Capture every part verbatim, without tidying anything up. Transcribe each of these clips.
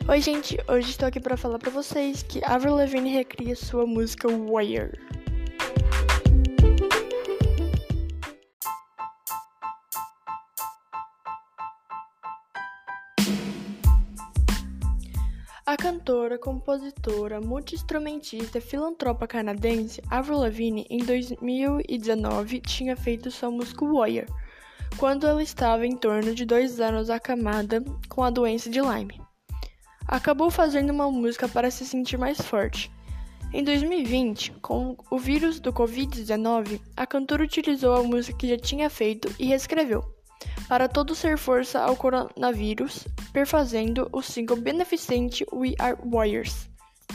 Oi, gente, hoje estou aqui para falar para vocês que Avril Lavigne recria sua música Wire. A cantora, compositora, multi-instrumentista e filantropa canadense Avril Lavigne, em dois mil e dezenove, tinha feito sua música Wire, quando ela estava em torno de dois anos acamada com a doença de Lyme. Acabou fazendo uma música para se sentir mais forte. Em dois mil e vinte, com o vírus do covid dezenove, a cantora utilizou a música que já tinha feito e reescreveu, para todo ser força ao coronavírus, perfazendo o single beneficente We Are Warriors.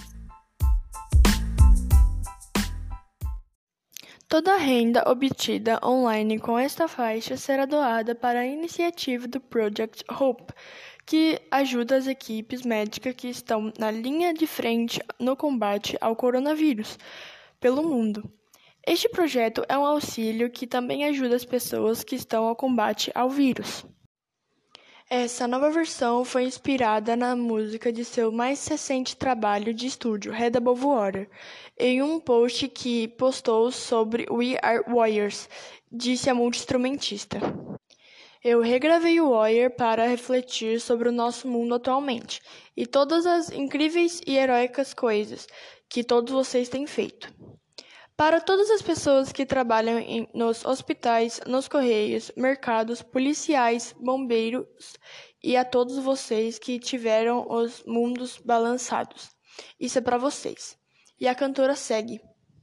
Toda a renda obtida online com esta faixa será doada para a iniciativa do Project Hope, que ajuda as equipes médicas que estão na linha de frente no combate ao coronavírus pelo mundo. Este projeto é um auxílio que também ajuda as pessoas que estão ao combate ao vírus. Essa nova versão foi inspirada na música de seu mais recente trabalho de estúdio, Head Above Water, em um post que postou sobre We Are Warriors, disse a multi-instrumentista. Eu regravei o Wire para refletir sobre o nosso mundo atualmente e todas as incríveis e heróicas coisas que todos vocês têm feito. Para todas as pessoas que trabalham em, nos hospitais, nos correios, mercados, policiais, bombeiros e a todos vocês que tiveram os mundos balançados. Isso é para vocês. E a cantora segue.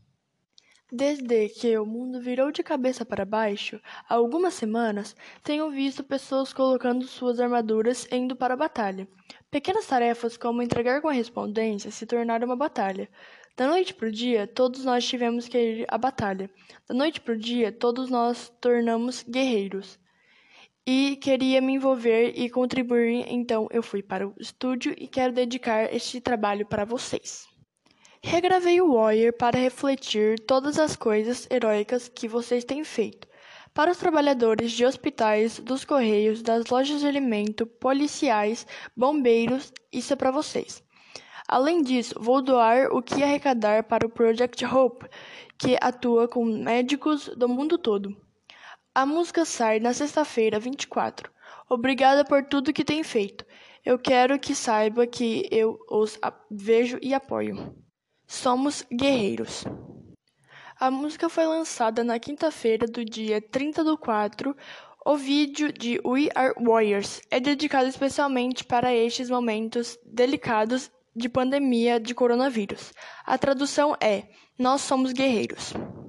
Desde que o mundo virou de cabeça para baixo, há algumas semanas, tenho visto pessoas colocando suas armaduras e indo para a batalha. Pequenas tarefas como entregar correspondência se tornaram uma batalha. Da noite para o dia, todos nós tivemos que ir à batalha. Da noite para o dia, todos nós tornamos guerreiros. E queria me envolver e contribuir, então eu fui para o estúdio e quero dedicar este trabalho para vocês. Regravei o Wire para refletir todas as coisas heróicas que vocês têm feito. Para os trabalhadores de hospitais, dos correios, das lojas de alimento, policiais, bombeiros, isso é para vocês. Além disso, vou doar o que arrecadar para o Project Hope, que atua com médicos do mundo todo. A música sai na sexta-feira, vinte e quatro. Obrigada por tudo que tem feito. Eu quero que saiba que eu os vejo e apoio. Somos guerreiros. A música foi lançada na quinta-feira do dia trinta do quatro. O vídeo de We Are Warriors é dedicado especialmente para estes momentos delicados de pandemia de coronavírus. A tradução é: Nós somos guerreiros.